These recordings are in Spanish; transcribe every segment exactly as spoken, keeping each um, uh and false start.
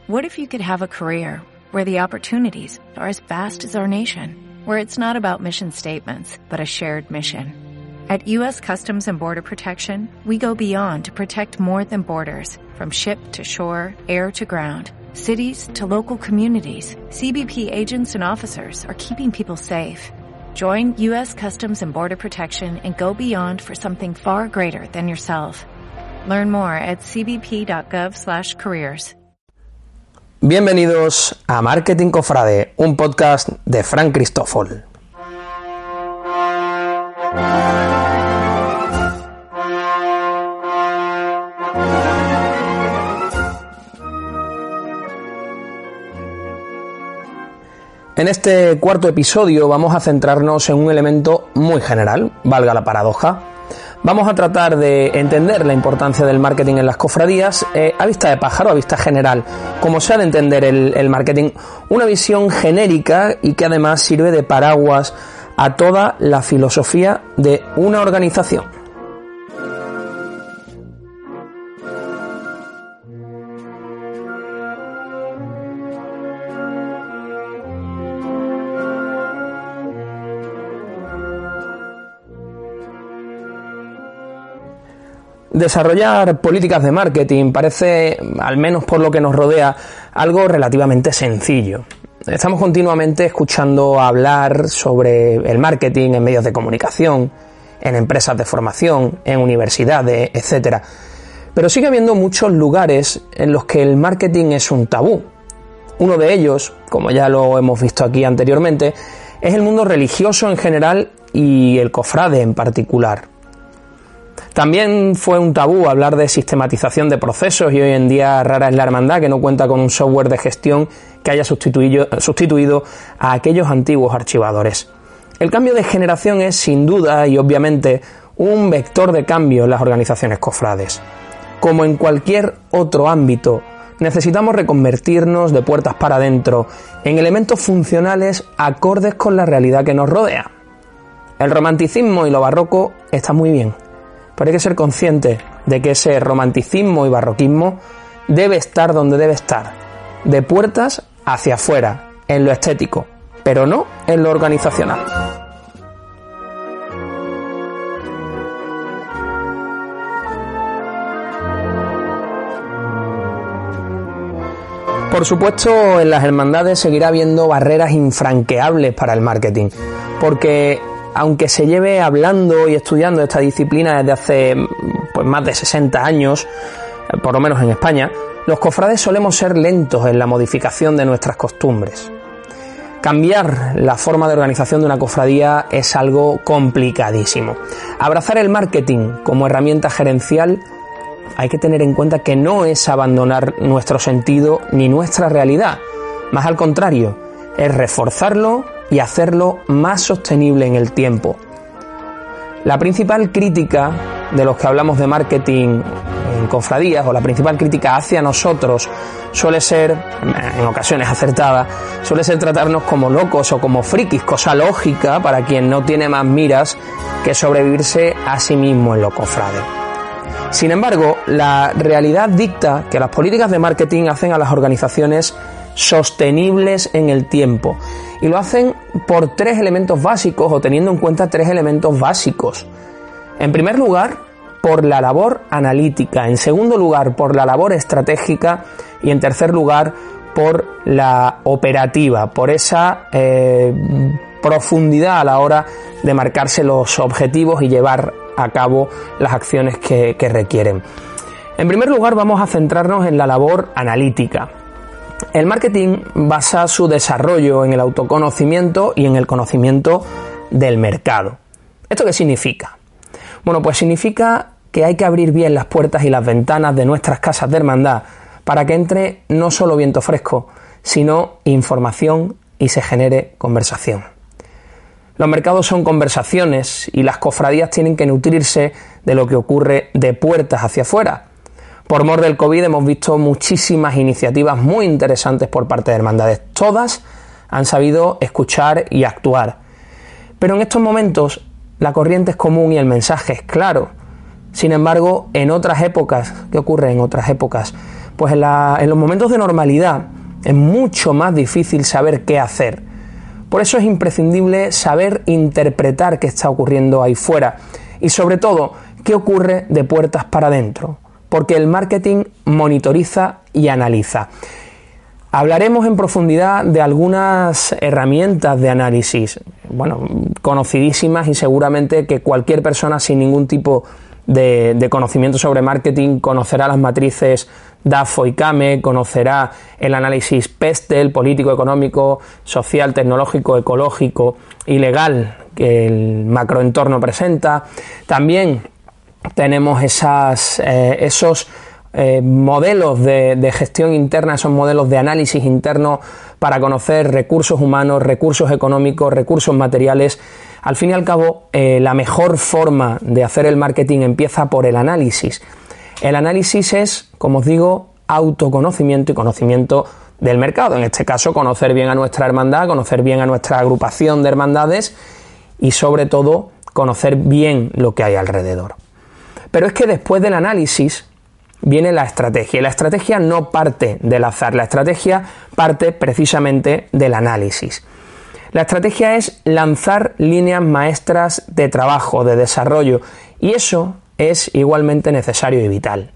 What if you could have a career where the opportunities are as vast as our nation, where it's not about mission statements, but a shared mission? At U S Customs and Border Protection, we go beyond to protect more than borders, from ship to shore, air to ground, cities to local communities. C B P agents and officers are keeping people safe. Join U S Customs and Border Protection and go beyond for something far greater than yourself. Learn more at c b p dot gov slash careers. Bienvenidos a Marketing Cofrade, un podcast de Frank Cristófol. En este cuarto episodio vamos a centrarnos en un elemento muy general, valga la paradoja. Vamos a tratar de entender la importancia del marketing en las cofradías eh, a vista de pájaro, a vista general, como se ha de entender el, el marketing, una visión genérica y que además sirve de paraguas a toda la filosofía de una organización. Desarrollar políticas de marketing parece, al menos por lo que nos rodea, algo relativamente sencillo. Estamos continuamente escuchando hablar sobre el marketing en medios de comunicación, en empresas de formación, en universidades, etcétera. Pero sigue habiendo muchos lugares en los que el marketing es un tabú. Uno de ellos, como ya lo hemos visto aquí anteriormente, es el mundo religioso en general y el cofrade en particular. También fue un tabú hablar de sistematización de procesos y hoy en día rara es la hermandad que no cuenta con un software de gestión que haya sustituido, sustituido a aquellos antiguos archivadores. El cambio de generación es sin duda y obviamente un vector de cambio en las organizaciones cofrades. Como en cualquier otro ámbito, necesitamos reconvertirnos de puertas para adentro en elementos funcionales acordes con la realidad que nos rodea. El romanticismo y lo barroco está muy bien. Pero hay que ser consciente de que ese romanticismo y barroquismo debe estar donde debe estar, de puertas hacia afuera, en lo estético, pero no en lo organizacional. Por supuesto, en las hermandades seguirá habiendo barreras infranqueables para el marketing, porque aunque se lleve hablando y estudiando esta disciplina desde hace pues, más de sesenta años, por lo menos en España, los cofrades solemos ser lentos en la modificación de nuestras costumbres. Cambiar la forma de organización de una cofradía es algo complicadísimo. Abrazar el marketing como herramienta gerencial hay que tener en cuenta que no es abandonar nuestro sentido ni nuestra realidad, más al contrario, es reforzarlo y hacerlo más sostenible en el tiempo. La principal crítica de los que hablamos de marketing en cofradías, o la principal crítica hacia nosotros, suele ser, en ocasiones acertada, suele ser tratarnos como locos o como frikis, cosa lógica para quien no tiene más miras que sobrevivirse a sí mismo en lo cofrade. Sin embargo, la realidad dicta que las políticas de marketing hacen a las organizaciones sostenibles en el tiempo y lo hacen por tres elementos básicos o teniendo en cuenta tres elementos básicos. En primer lugar, por la labor analítica, en segundo lugar, por la labor estratégica y en tercer lugar, por la operativa, por esa eh, profundidad a la hora de marcarse los objetivos y llevar a cabo las acciones que, que requieren. En primer lugar, vamos a centrarnos en la labor analítica. El marketing basa su desarrollo en el autoconocimiento y en el conocimiento del mercado. ¿Esto qué significa? Bueno, pues significa que hay que abrir bien las puertas y las ventanas de nuestras casas de hermandad para que entre no solo viento fresco, sino información y se genere conversación. Los mercados son conversaciones y las cofradías tienen que nutrirse de lo que ocurre de puertas hacia afuera. Por mor del COVID hemos visto muchísimas iniciativas muy interesantes por parte de hermandades. Todas han sabido escuchar y actuar. Pero en estos momentos la corriente es común y el mensaje es claro. Sin embargo, en otras épocas, ¿qué ocurre en otras épocas? pues en, la, en los momentos de normalidad es mucho más difícil saber qué hacer. Por eso es imprescindible saber interpretar qué está ocurriendo ahí fuera y sobre todo qué ocurre de puertas para adentro, porque el marketing monitoriza y analiza. Hablaremos en profundidad de algunas herramientas de análisis, bueno, conocidísimas y seguramente que cualquier persona sin ningún tipo de, de conocimiento sobre marketing conocerá las matrices DAFO y CAME, conocerá el análisis PESTEL, político, económico, social, tecnológico, ecológico y legal que el macroentorno presenta. También tenemos esas, eh, esos Eh, modelos de, de gestión interna, esos modelos de análisis interno para conocer recursos humanos, recursos económicos, recursos materiales. Al fin y al cabo, eh, la mejor forma de hacer el marketing empieza por el análisis. El análisis es, como os digo, autoconocimiento y conocimiento del mercado. En este caso, conocer bien a nuestra hermandad, conocer bien a nuestra agrupación de hermandades y, sobre todo, conocer bien lo que hay alrededor. Pero es que después del análisis viene la estrategia, y la estrategia no parte del azar, la estrategia parte precisamente del análisis. La estrategia es lanzar líneas maestras de trabajo, de desarrollo, y eso es igualmente necesario y vital.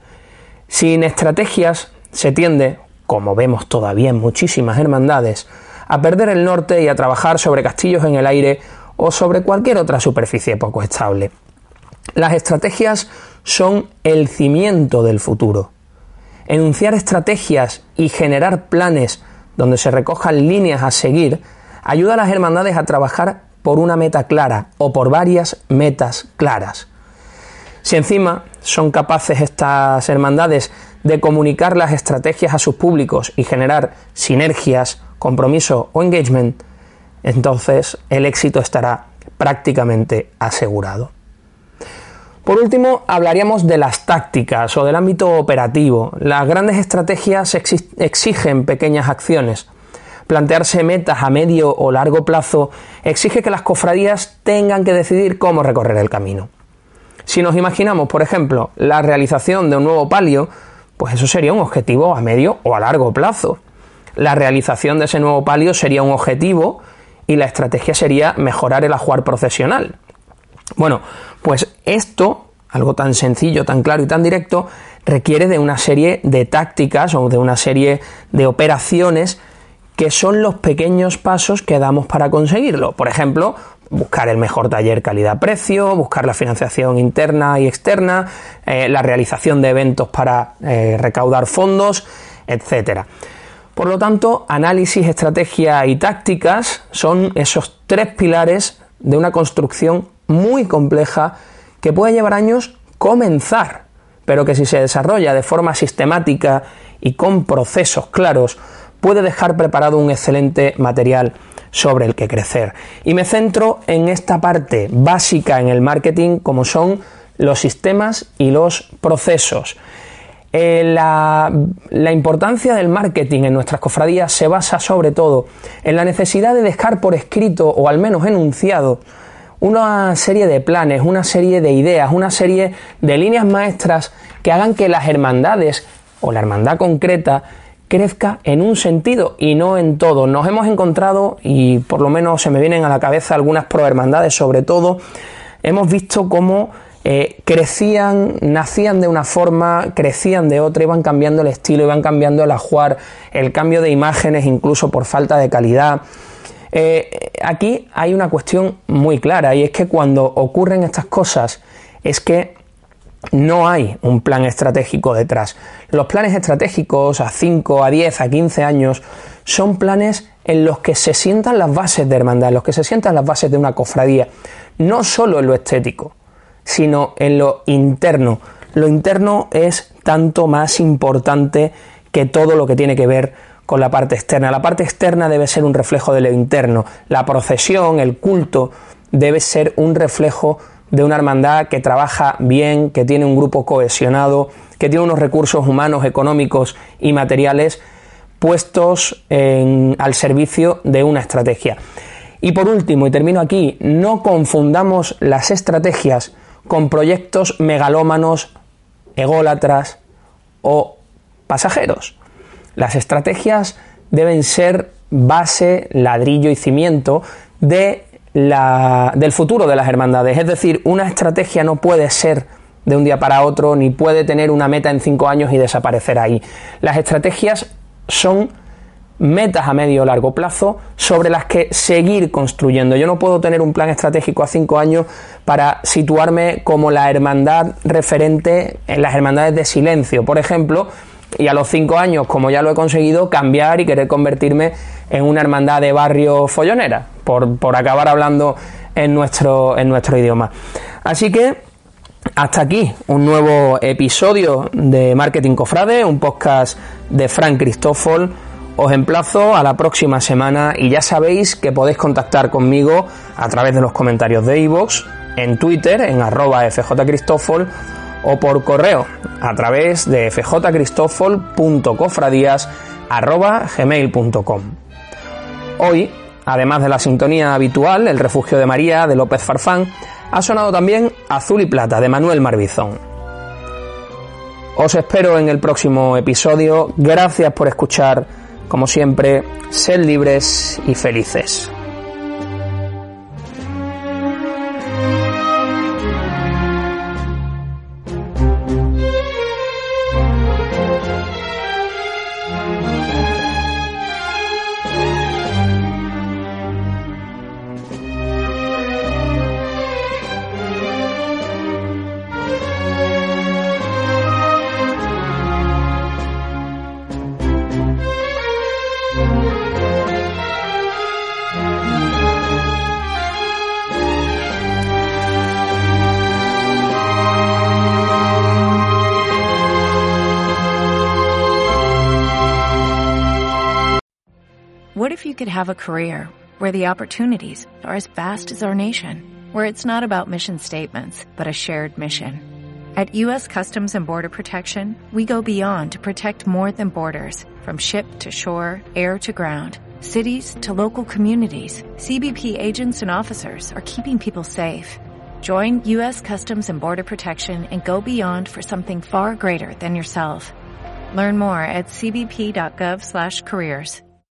Sin estrategias se tiende, como vemos todavía en muchísimas hermandades, a perder el norte y a trabajar sobre castillos en el aire o sobre cualquier otra superficie poco estable. Las estrategias son el cimiento del futuro. Enunciar estrategias y generar planes donde se recojan líneas a seguir ayuda a las hermandades a trabajar por una meta clara o por varias metas claras. Si encima son capaces estas hermandades de comunicar las estrategias a sus públicos y generar sinergias, compromiso o engagement, entonces el éxito estará prácticamente asegurado. Por último, hablaríamos de las tácticas o del ámbito operativo. Las grandes estrategias exigen pequeñas acciones. Plantearse metas a medio o largo plazo exige que las cofradías tengan que decidir cómo recorrer el camino. Si nos imaginamos, por ejemplo, la realización de un nuevo palio, pues eso sería un objetivo a medio o a largo plazo. La realización de ese nuevo palio sería un objetivo y la estrategia sería mejorar el ajuar procesional. Bueno, pues esto, algo tan sencillo, tan claro y tan directo, requiere de una serie de tácticas o de una serie de operaciones que son los pequeños pasos que damos para conseguirlo. Por ejemplo, buscar el mejor taller calidad-precio, buscar la financiación interna y externa, eh, la realización de eventos para eh, recaudar fondos, etcétera. Por lo tanto, análisis, estrategia y tácticas son esos tres pilares de una construcción muy compleja que puede llevar años comenzar, pero que si se desarrolla de forma sistemática y con procesos claros, puede dejar preparado un excelente material sobre el que crecer. Y me centro en esta parte básica en el marketing, como son los sistemas y los procesos. Eh, la, la importancia del marketing en nuestras cofradías se basa sobre todo en la necesidad de dejar por escrito o al menos enunciado una serie de planes, una serie de ideas, una serie de líneas maestras que hagan que las hermandades o la hermandad concreta crezca en un sentido y no en todo. Nos hemos encontrado, y por lo menos se me vienen a la cabeza algunas prohermandades sobre todo, hemos visto cómo eh, crecían, nacían de una forma, crecían de otra, iban cambiando el estilo, iban cambiando el ajuar, el cambio de imágenes incluso por falta de calidad. Eh, aquí hay una cuestión muy clara, y es que cuando ocurren estas cosas es que no hay un plan estratégico detrás. Los planes estratégicos a cinco, a diez, a quince años son planes en los que se sientan las bases de hermandad, en los que se sientan las bases de una cofradía, no solo en lo estético, sino en lo interno. Lo interno es tanto más importante que todo lo que tiene que ver con la parte externa. La parte externa debe ser un reflejo de lo interno. La procesión, el culto, debe ser un reflejo de una hermandad que trabaja bien, que tiene un grupo cohesionado, que tiene unos recursos humanos, económicos y materiales puestos en, al servicio de una estrategia. Y por último, y termino aquí, no confundamos las estrategias con proyectos megalómanos, ególatras o pasajeros. Las estrategias deben ser base, ladrillo y cimiento de la, del futuro de las hermandades. Es decir, una estrategia no puede ser de un día para otro, ni puede tener una meta en cinco años y desaparecer ahí. Las estrategias son metas a medio o largo plazo sobre las que seguir construyendo. Yo no puedo tener un plan estratégico a cinco años para situarme como la hermandad referente en las hermandades de silencio, por ejemplo, y a los cinco años, como ya lo he conseguido, cambiar y querer convertirme en una hermandad de barrio follonera, por, por acabar hablando en nuestro, en nuestro idioma. Así que hasta aquí un nuevo episodio de Marketing Cofrade, un podcast de Fran Cristófol. Os emplazo a la próxima semana y ya sabéis que podéis contactar conmigo a través de los comentarios de iVoox, en Twitter, en arroba fjcristofol, o por correo a través de fjcristofol punto cofradías arroba gmail punto com. Hoy, además de la sintonía habitual, El Refugio de María, de López Farfán, ha sonado también Azul y Plata, de Manuel Marbizón. Os espero en el próximo episodio. Gracias por escuchar. Como siempre, sed libres y felices. What if you could have a career where the opportunities are as vast as our nation, where it's not about mission statements, but a shared mission? At U S Customs and Border Protection, we go beyond to protect more than borders, from ship to shore, air to ground, cities to local communities. C B P agents and officers are keeping people safe. Join U S Customs and Border Protection and go beyond for something far greater than yourself. Learn more at cbp.gov slash careers.